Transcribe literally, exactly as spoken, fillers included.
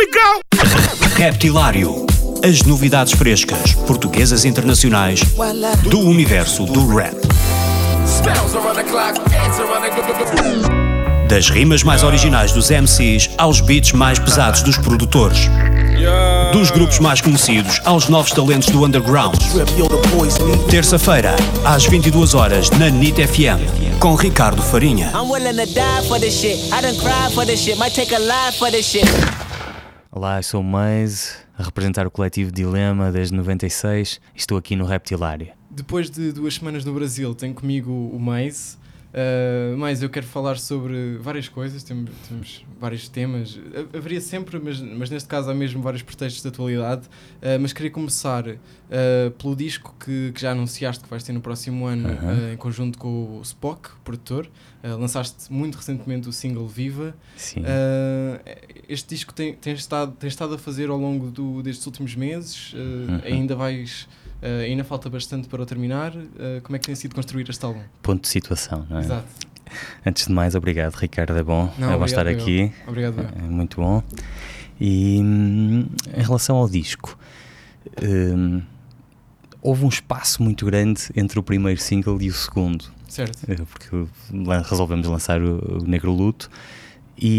we go! Reptilário. As novidades frescas, portuguesas e internacionais, do universo do rap. Das rimas mais originais dos M Cs aos beats mais pesados dos produtores. Dos grupos mais conhecidos aos novos talentos do underground. Terça-feira, às vinte e duas horas, na N I T F M, com Ricardo Farinha. Olá, eu sou o Maze, a representar o coletivo Dilema desde noventa e seis e estou aqui no Reptilário. Depois de duas semanas no Brasil, tenho comigo o Maze. Uh, mas eu quero falar sobre várias coisas, temos, temos vários temas, haveria sempre, mas, mas neste caso há mesmo vários pretextos de atualidade, uh, mas queria começar uh, pelo disco que, que já anunciaste que vais ter no próximo ano, uhum. uh, em conjunto com o Spock, o produtor. Uh, lançaste muito recentemente o single Viva. Sim. Uh, este disco tem, tens, estado, tens estado a fazer ao longo do, destes últimos meses, uh, uhum. ainda vais... Uh, ainda falta bastante para o terminar. Uh, como é que tem sido construir este álbum? Ponto de situação, não é? Exato. Antes de mais, obrigado, Ricardo, é bom, não, é bom estar eu. aqui. Obrigado. É, é muito bom. E hum, em relação ao disco, hum, houve um espaço muito grande entre o primeiro single e o segundo. Certo. Porque resolvemos lançar o, o Negro Luto